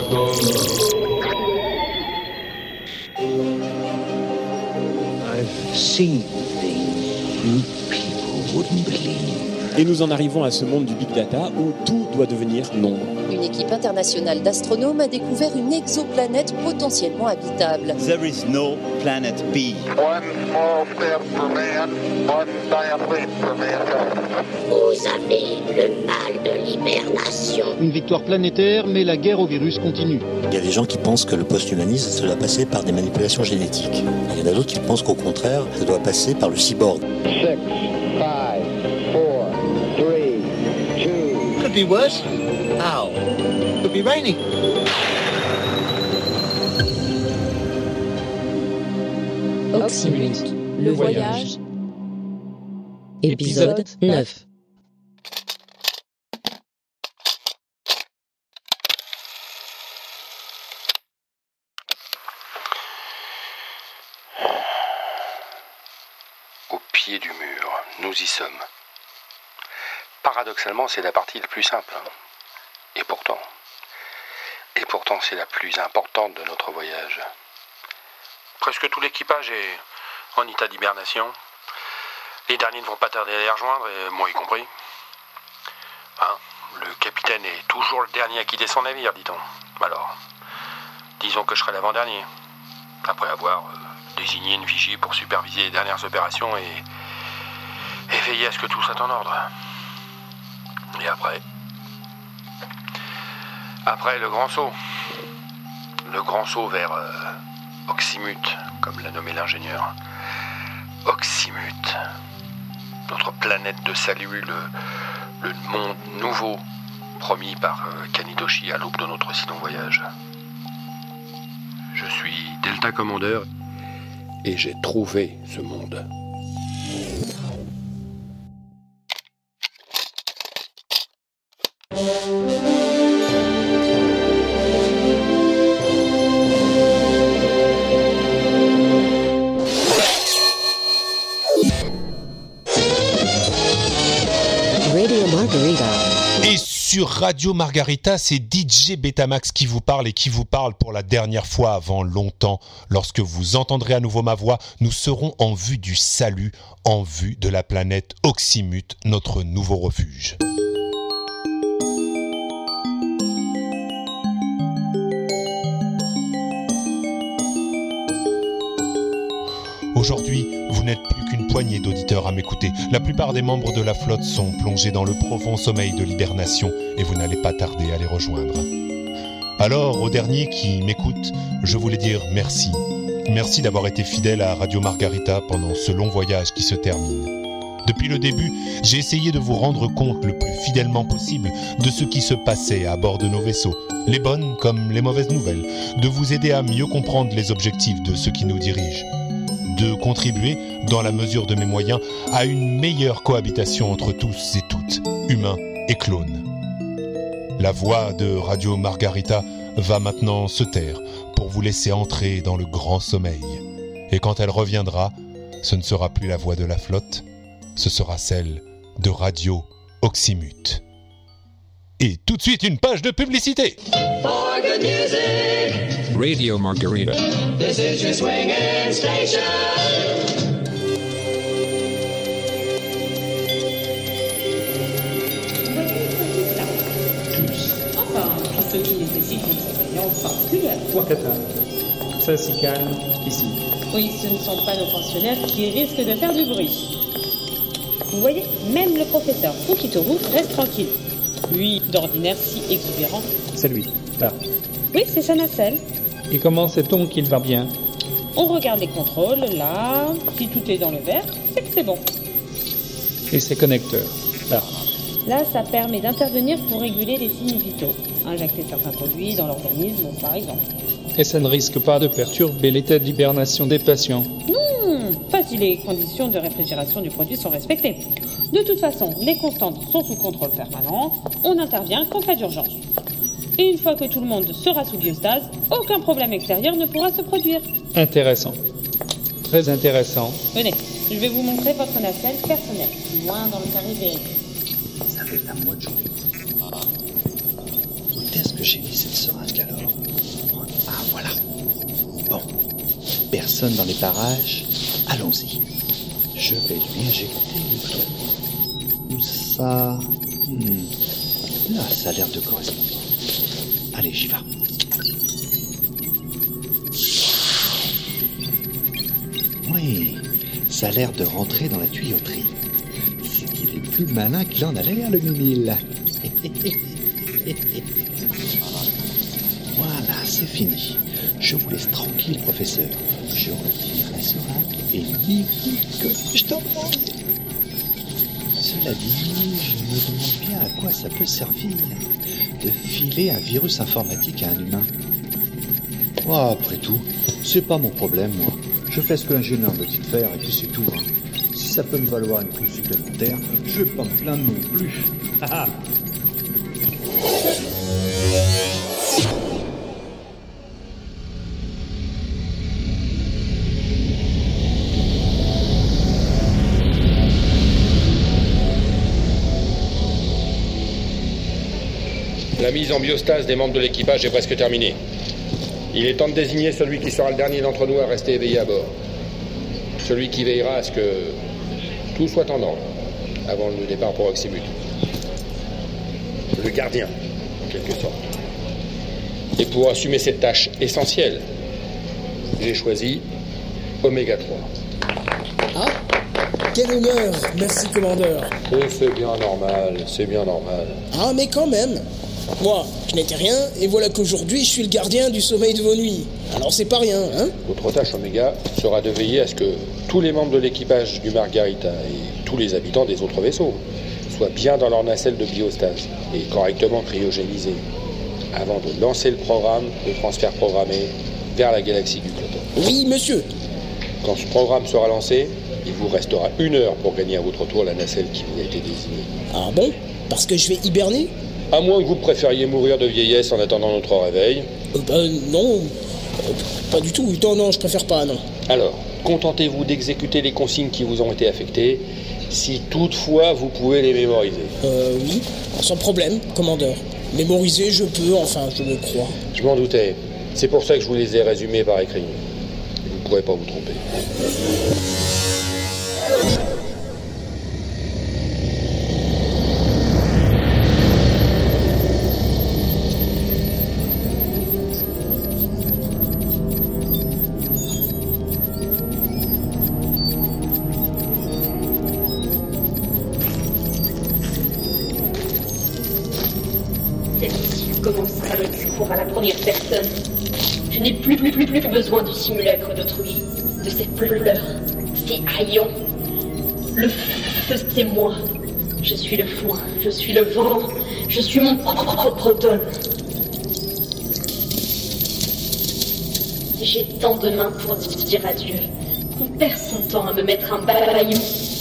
I've seen things you people wouldn't believe. Et nous en arrivons à ce monde du big data où tout doit devenir nombre. Une équipe internationale d'astronomes a découvert une exoplanète potentiellement habitable. There is no planet B. One small step for man, one giant leap for mankind. Vous avez le mal de l'hibernation. Une victoire planétaire, mais la guerre au virus continue. Il y a des gens qui pensent que le post-humanisme, ça doit passer par des manipulations génétiques. Il y en a d'autres qui pensent qu'au contraire, ça doit passer par le cyborg. 6, 5, 4, 3, 2. Could be worse. How? Could be raining. Oxymute, le voyage. Épisode 9. Au pied du mur, nous y sommes. Paradoxalement, c'est la partie la plus simple. Et pourtant, c'est la plus importante de notre voyage. Presque tout l'équipage est en état d'hibernation. Les derniers ne vont pas tarder à les rejoindre, et moi y compris. Le capitaine est toujours le dernier à quitter son navire, dit-on. Alors, disons que je serai l'avant-dernier. Après avoir désigné une vigie pour superviser les dernières opérations et veiller à ce que tout soit en ordre. Et après le grand saut. Le grand saut vers Oxymute, comme l'a nommé l'ingénieur. Oxymute. Notre planète de salut, le monde nouveau, promis par Kanidoshi à l'aube de notre si long voyage. Je suis Delta Commandeur et j'ai trouvé ce monde. Radio Margarita. Et sur Radio Margarita, c'est DJ Betamax qui vous parle et qui vous parle pour la dernière fois avant longtemps. Lorsque vous entendrez à nouveau ma voix, nous serons en vue du salut, en vue de la planète Oxymute, notre nouveau refuge. Aujourd'hui, vous n'êtes plus qu'une poignée d'auditeurs à m'écouter. La plupart des membres de la flotte sont plongés dans le profond sommeil de l'hibernation et vous n'allez pas tarder à les rejoindre. Alors, aux derniers qui m'écoutent, je voulais dire merci. Merci d'avoir été fidèles à Radio Margarita pendant ce long voyage qui se termine. Depuis le début, j'ai essayé de vous rendre compte le plus fidèlement possible de ce qui se passait à bord de nos vaisseaux, les bonnes comme les mauvaises nouvelles, de vous aider à mieux comprendre les objectifs de ceux qui nous dirigent, de contribuer, dans la mesure de mes moyens, à une meilleure cohabitation entre tous et toutes, humains et clones. La voix de Radio Margarita va maintenant se taire pour vous laisser entrer dans le grand sommeil. Et quand elle reviendra, ce ne sera plus la voix de la flotte, ce sera celle de Radio Oxymute. Et tout de suite, une page de publicité. For good music, Radio Margarita. This is your swinging station. Enfin, tous ceux qui nécessitent une surveillance particulière. Wakata, ça s'y calme ici. Oui, ce ne sont pas nos pensionnaires qui risquent de faire du bruit. Vous voyez, même le professeur Fukitoru reste tranquille. Lui, d'ordinaire si exubérant. C'est lui, là. Oui, c'est sa nacelle. Et comment sait-on qu'il va bien? On regarde les contrôles, là. Si tout est dans le vert, c'est que c'est bon. Et ses connecteurs, là. Là, ça permet d'intervenir pour réguler les signes vitaux. Injecter certains produits dans l'organisme, par exemple. Et ça ne risque pas de perturber l'état d'hibernation des patients? Non, pas si les conditions de réfrigération du produit sont respectées. De toute façon, les constantes sont sous contrôle permanent. On intervient qu'en cas d'urgence. Et une fois que tout le monde sera sous biostase, aucun problème extérieur ne pourra se produire. Intéressant. Très intéressant. Venez, je vais vous montrer votre nacelle personnelle, loin dans le carré vérifié. Ça fait à moi de jouer. Où est-ce que j'ai mis cette seringue alors? Ah, voilà. Bon. Personne dans les parages. Allons-y. Je vais lui injecter le truc. Où ça? Là, ça a l'air de correspondre. Allez, j'y vais. Oui, ça a l'air de rentrer dans la tuyauterie. C'est qu'il est plus malin qu'il en a l'air, le Mimile. Voilà, c'est fini. Je vous laisse tranquille, professeur. Je retire la seringue et dis que je t'en prends. Cela dit, je me demande bien à quoi ça peut servir de filer un virus informatique à un humain. Oh, après tout, c'est pas mon problème, moi. Je fais ce que l'ingénieur me dit de faire et puis c'est tout. Hein. Si ça peut me valoir une prime supplémentaire, je vais pas me plaindre non plus. La mise en biostase des membres de l'équipage est presque terminée. Il est temps de désigner celui qui sera le dernier d'entre nous à rester éveillé à bord. Celui qui veillera à ce que tout soit en ordre avant le départ pour Oxymut. Le gardien, en quelque sorte. Et pour assumer cette tâche essentielle, j'ai choisi Oméga 3. Ah, quel honneur, merci commandeur. C'est bien normal, c'est bien normal. Ah, mais quand même. Moi, je n'étais rien, et voilà qu'aujourd'hui, je suis le gardien du sommeil de vos nuits. Alors c'est pas rien, hein? Votre tâche, Oméga, sera de veiller à ce que tous les membres de l'équipage du Margarita et tous les habitants des autres vaisseaux soient bien dans leur nacelle de biostase et correctement cryogénisés avant de lancer le programme de transfert programmé vers la galaxie du Cloton. Oui, monsieur. Quand ce programme sera lancé, il vous restera 1 heure pour gagner à votre tour la nacelle qui vous a été désignée. Ah bon? Parce que je vais hiberner? À moins que vous préfériez mourir de vieillesse en attendant notre réveil. Non, pas du tout. Non, je préfère pas, non. Alors, contentez-vous d'exécuter les consignes qui vous ont été affectées, si toutefois vous pouvez les mémoriser. Oui, sans problème, commandeur. Mémoriser, je peux, enfin, je le crois. Je m'en doutais. C'est pour ça que je vous les ai résumés par écrit. Vous ne pourrez pas vous tromper. Commencera le discours à la première personne. Je n'ai plus besoin du simulacre d'autrui, de ces pleurs, ces haillons. Le feu, c'est moi. Je suis le foin, je suis le vent, je suis mon propre automne. J'ai tant de mains pour dire adieu, qu'on perd son temps à me mettre un balayon.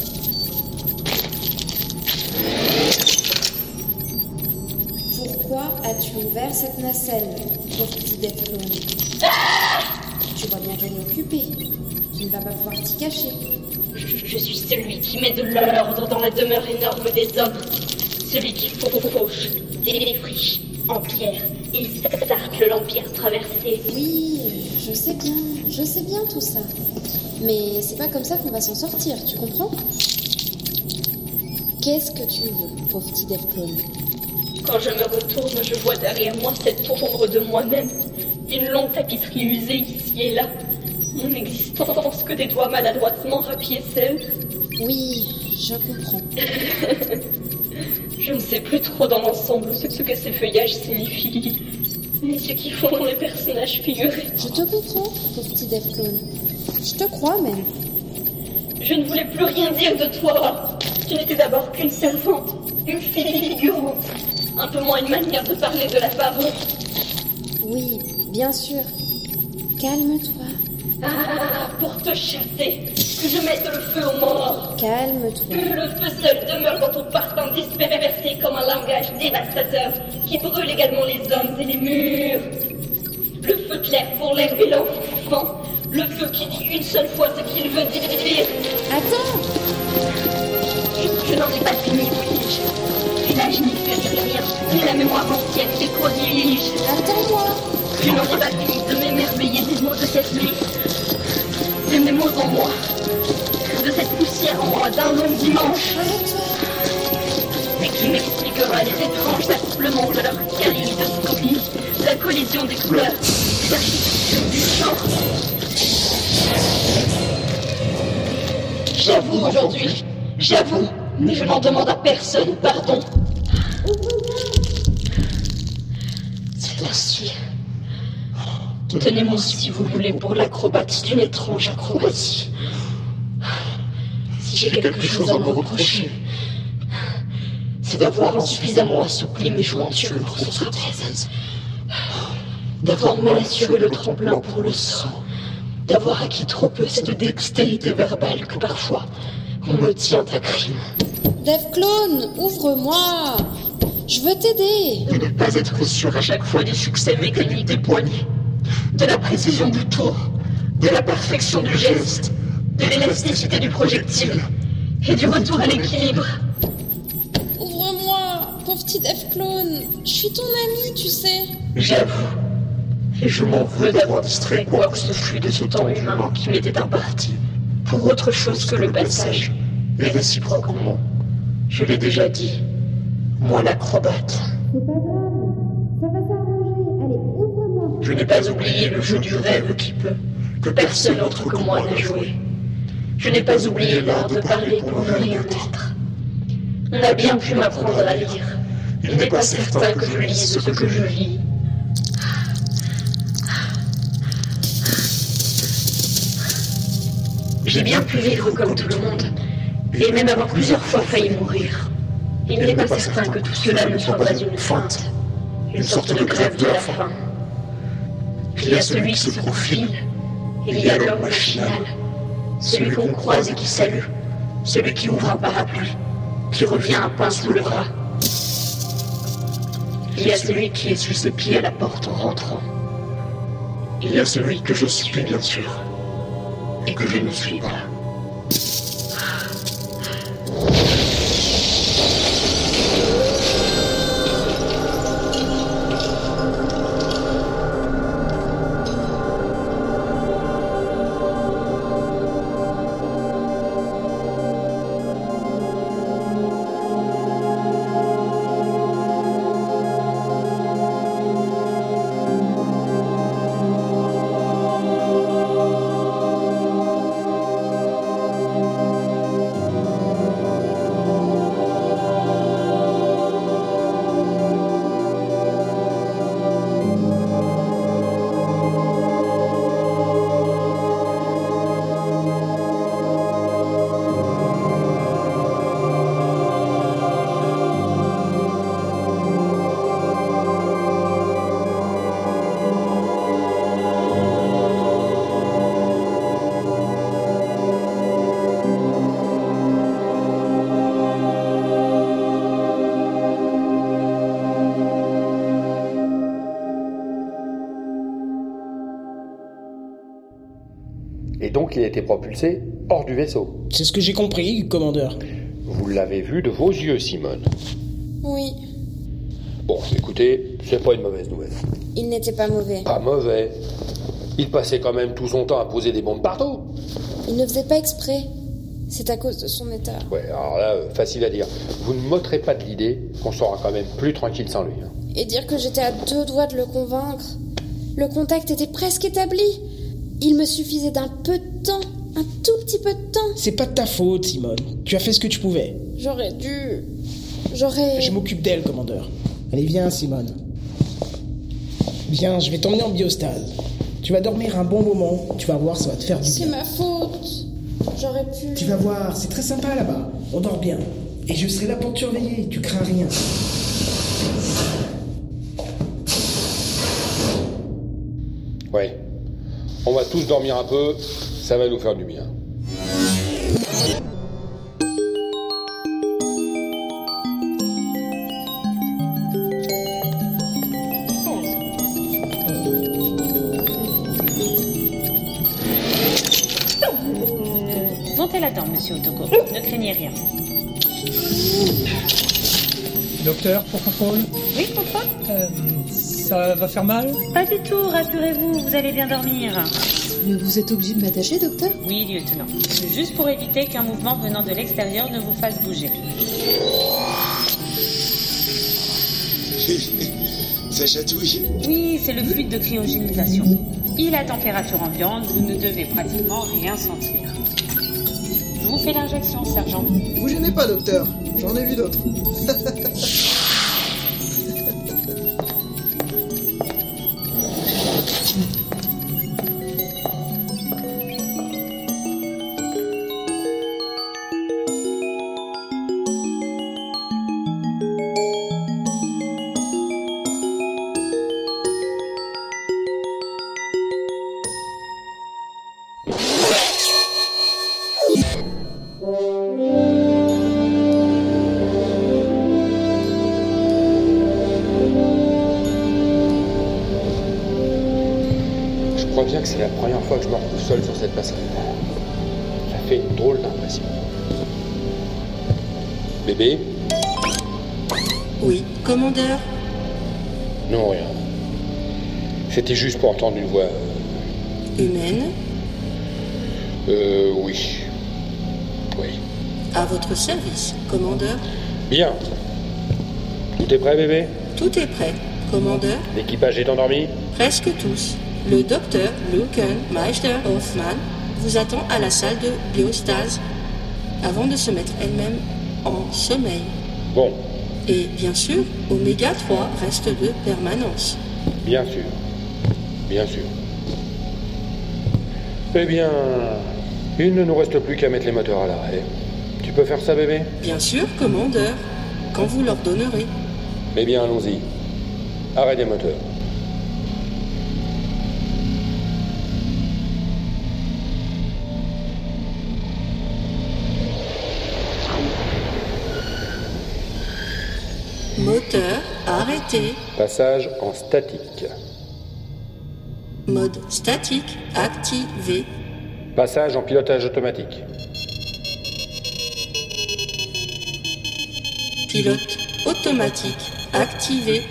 Pourquoi as-tu ouvert cette nacelle, pauvre petit Deathclone? Tu vois bien qu'elle est occupée. Tu ne vas pas pouvoir t'y cacher. Je suis celui qui met de l'ordre dans la demeure énorme des hommes. Celui qui fauche, défriche, en pierre et sarcle l'empire traversé. Oui, je sais bien tout ça. Mais c'est pas comme ça qu'on va s'en sortir, tu comprends? Qu'est-ce que tu veux, pauvre petit Deathclone? Quand je me retourne, je vois derrière moi cette ombre de moi-même. Une longue tapisserie usée ici et là. Mon existence que des doigts maladroitement rapiécèrent. Oui, je comprends. Je ne sais plus trop dans l'ensemble ce que ces feuillages signifient. Ni ce qui font les personnages figurés. Je te comprends, pauvre petit Deathclone. Je te crois même. Je ne voulais plus rien dire de toi. Tu n'étais d'abord qu'une servante, une figurante. Un peu moins une manière de parler de la parole. Oui, bien sûr. Calme-toi. Ah, pour te chasser, que je mette le feu aux morts. Calme-toi. Que le feu seul demeure dans ton parfum dispersé comme un langage dévastateur qui brûle également les hommes et les murs. Le feu clair pour l'herbe et l'enfant. Le feu qui dit une seule fois ce qu'il veut dire. Attends! Je n'en ai pas fini. Et là, je n'y fais rien. Ni la mémoire entière des prodiges. Attends-moi. Je n'en ai pas fini de m'émerveiller des mots de cette nuit. Des mots en moi. De cette poussière en moi d'un long dimanche. Mais qui m'expliquera les étranges accouplements de leur kaléidoscopie, la collision des couleurs, l'architecture du chant. J'avoue aujourd'hui, j'avoue, mais je n'en demande à personne pardon. C'est ainsi. Tenez-moi si vous voulez pour l'acrobatie d'une étrange acrobatie. Si j'ai quelque chose à me reprocher, c'est d'avoir insuffisamment assoupli mes jointures pour ce trapèze, d'avoir mal assuré le tremplin pour le sang, d'avoir acquis trop peu cette dextérité verbale que parfois on me tient à crime. Dave Clone, ouvre-moi. Je veux t'aider. De ne pas être sûr à chaque fois du succès mécanique des poignets, de la précision du tour, de la perfection du geste, de l'élasticité du projectile et du retour à l'équilibre. Ouvre-moi, pauvre petit Dave Clone. Je suis ton ami, tu sais. J'avoue. Et je m'en veux d'avoir distrait quoi que ce fût de ce temps humain qui m'était imparti pour autre chose que le passage. Et réciproquement, je l'ai déjà dit, moi l'acrobate. C'est pas grave, ça va s'arranger. Allez, ouvre-moi. Je n'ai pas oublié le jeu du rêve que personne autre que moi n'a joué. Je n'ai pas oublié l'art de parler pour ne rien être. On a bien pu m'apprendre à lire. Il n'est pas certain que je lise ce que je lis. J'ai bien pu vivre comme tout le monde, et même avoir plusieurs fois failli mourir. Il n'est pas certain que tout cela ne soit pas une feinte, une sorte de grève de la faim. Il y a celui qui se profile, il y a l'homme machinal, celui qu'on croise et qui salue, celui qui ouvre un parapluie, qui revient un pain sous le bras. Il y a celui qui essuie ses pieds à la porte en rentrant. Il y a celui que je suis, bien sûr, et que je ne suis pas. Et donc il a été propulsé hors du vaisseau. C'est ce que j'ai compris, commandeur. Vous l'avez vu de vos yeux, Simone. Oui. Bon, écoutez, c'est pas une mauvaise nouvelle. Il n'était pas mauvais. Pas mauvais. Il passait quand même tout son temps à poser des bombes partout. Il ne faisait pas exprès. C'est à cause de son état. Ouais, alors là, facile à dire. Vous ne m'ôterez pas de l'idée qu'on sera quand même plus tranquille sans lui. Hein. Et dire que j'étais à 2 doigts de le convaincre. Le contact était presque établi. Il me suffisait d'un peu de temps. Un tout petit peu de temps. C'est pas de ta faute, Simone. Tu as fait ce que tu pouvais. Je m'occupe d'elle, commandeur. Allez, viens, Simone. Viens, je vais t'emmener en biostase. Tu vas dormir un bon moment. Tu vas voir, ça va te faire du bien. C'est ma faute. J'aurais pu... Tu vas voir, c'est très sympa là-bas. On dort bien. Et je serai là pour te surveiller. Tu crains rien. Ouais. On va tous dormir un peu. Ça va nous faire du bien. Montez là-dedans, monsieur Otoko. Ne craignez rien. Docteur, pour contrôle. Oui, contrôle. Ça va faire mal? Pas du tout, rassurez-vous, vous allez bien dormir. Mais vous êtes obligé de m'attacher, docteur? Oui, lieutenant. C'est juste pour éviter qu'un mouvement venant de l'extérieur ne vous fasse bouger. Ça chatouille? Oui, c'est le fluide de cryogénisation. Il est à température ambiante, vous ne devez pratiquement rien sentir. Je vous fais l'injection, sergent. Vous gênez pas, docteur. J'en ai vu d'autres. Je crois bien que c'est la première fois que je me retrouve seul sur cette passerelle. Ça fait une drôle d'impression. Bébé? Oui, commandeur? Non, rien. C'était juste pour entendre une voix... Humaine? Oui. Oui. À votre service, commandeur? Bien. Tout est prêt, bébé? Tout est prêt, commandeur? L'équipage est endormi? Presque tous. Le docteur Meister Hoffman vous attend à la salle de biostase avant de se mettre elle-même en sommeil. Bon. Et bien sûr, Oméga 3 reste de permanence. Bien sûr. Bien sûr. Eh bien, il ne nous reste plus qu'à mettre les moteurs à l'arrêt. Tu peux faire ça, bébé? Bien sûr, commandeur. Quand vous l'ordonnerez. Eh bien, allons-y. Arrêt des moteurs. Moteur arrêté. Passage en statique. Mode statique activé. Passage en pilotage automatique. Pilote automatique activé.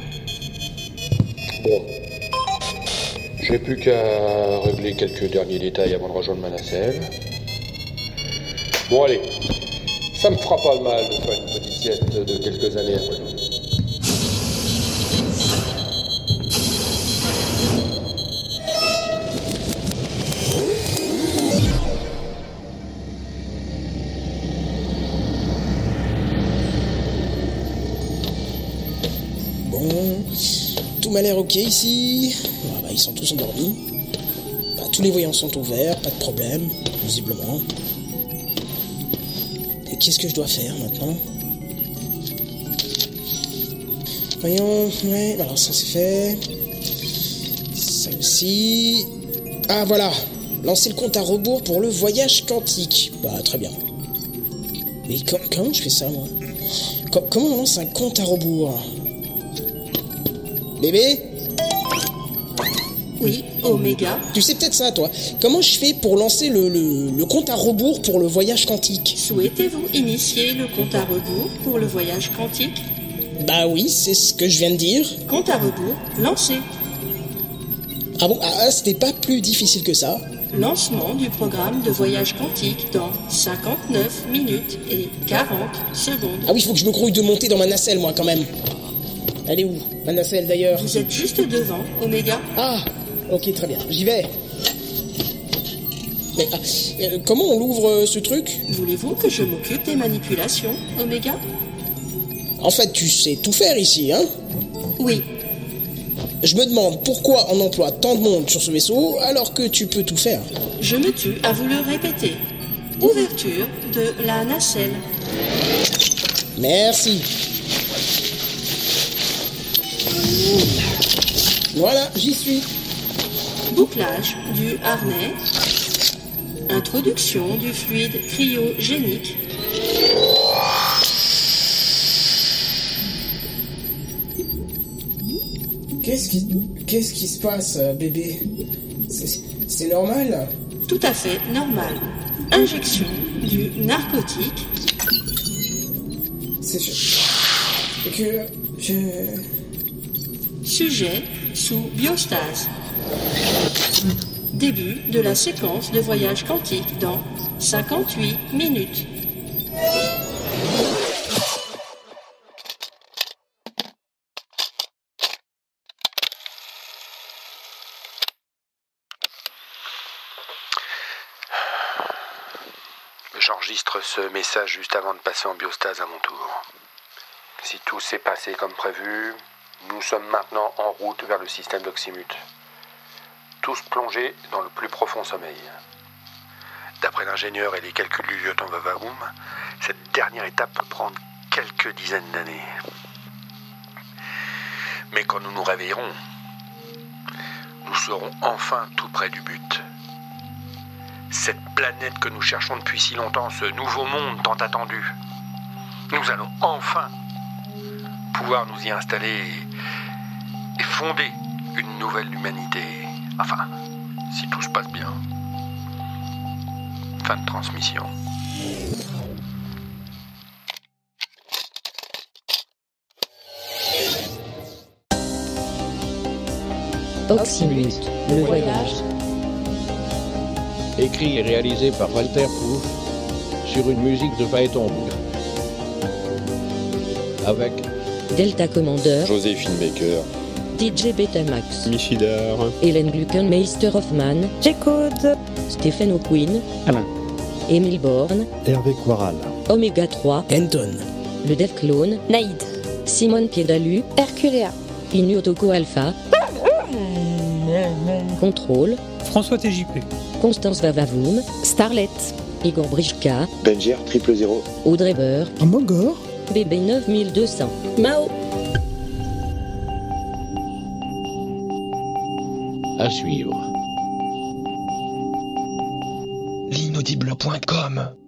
Bon. J'ai plus qu'à régler quelques derniers détails avant de rejoindre ma nacelle. Bon, allez. Ça me fera pas de mal de faire une petite sieste de quelques années après tout. Bon, tout m'a l'air ok ici. Ah bah, ils sont tous endormis. Bah, tous les voyants sont ouverts, pas de problème, visiblement. Et qu'est-ce que je dois faire maintenant? Voyons, ouais, alors ça c'est fait. Ça aussi. Ah voilà, lancer le compte à rebours pour le voyage quantique. Bah très bien. Mais comment je fais ça moi? Comment on lance un compte à rebours? Bébé? Oui, Oméga. Tu sais peut-être ça, toi. Comment je fais pour lancer le compte à rebours pour le voyage quantique? Souhaitez-vous initier le compte à rebours pour le voyage quantique? Bah oui, c'est ce que je viens de dire. Compte à rebours lancé. Ah bon? Ah, c'était pas plus difficile que ça. Lancement du programme de voyage quantique dans 59 minutes et 40 secondes. Ah oui, il faut que je me grouille de monter dans ma nacelle, moi, quand même. Elle est où, ma nacelle, d'ailleurs? Vous êtes juste devant, Oméga. Ah, ok, très bien. J'y vais. Mais comment on l'ouvre, ce truc? Voulez-vous que je m'occupe des manipulations, Oméga? En fait, tu sais tout faire ici, hein? Oui. Je me demande pourquoi on emploie tant de monde sur ce vaisseau alors que tu peux tout faire. Je me tue à vous le répéter. Ouverture de la nacelle. Merci. Voilà, j'y suis. Bouclage du harnais. Introduction du fluide cryogénique. Qu'est-ce qui se passe, bébé? C'est normal? Tout à fait normal. Injection du narcotique. que Sujet sous biostase. Début de la séquence de voyage quantique dans 58 minutes. J'enregistre ce message juste avant de passer en biostase à mon tour. Si tout s'est passé comme prévu, nous sommes maintenant en route vers le système d'Oxymute. Tous plongés dans le plus profond sommeil. D'après l'ingénieur et les calculs du lieutenant Vavaoum, cette dernière étape peut prendre quelques dizaines d'années. Mais quand nous nous réveillerons, nous serons enfin tout près du but. Cette planète que nous cherchons depuis si longtemps, ce nouveau monde tant attendu. Nous allons enfin pouvoir nous y installer et fonder une nouvelle humanité. Enfin, si tout se passe bien. Fin de transmission. Oxymute, le voyage. Écrit et réalisé par Walter Proof sur une musique de Phaéton Bougre. Avec Delta Commander, Joséphine Baker, DJ Betamax, Michidar, Hélène Gluckenmeister Hoffman, J-Code, Stephen O'Quinn, Alain, Emile Born, Hervé Quaral, Omega 3, Anton, le Dev Clone, Naïd, Simone Piedalu, Herculea, Inu Otoko Alpha, Contrôle, François TJP, Constance Vavavoum, Starlet, Igor Brichka, Benjer 000, Audrey Beur, Mogor, BB 9200, Mao. à suivre. L'inaudible.com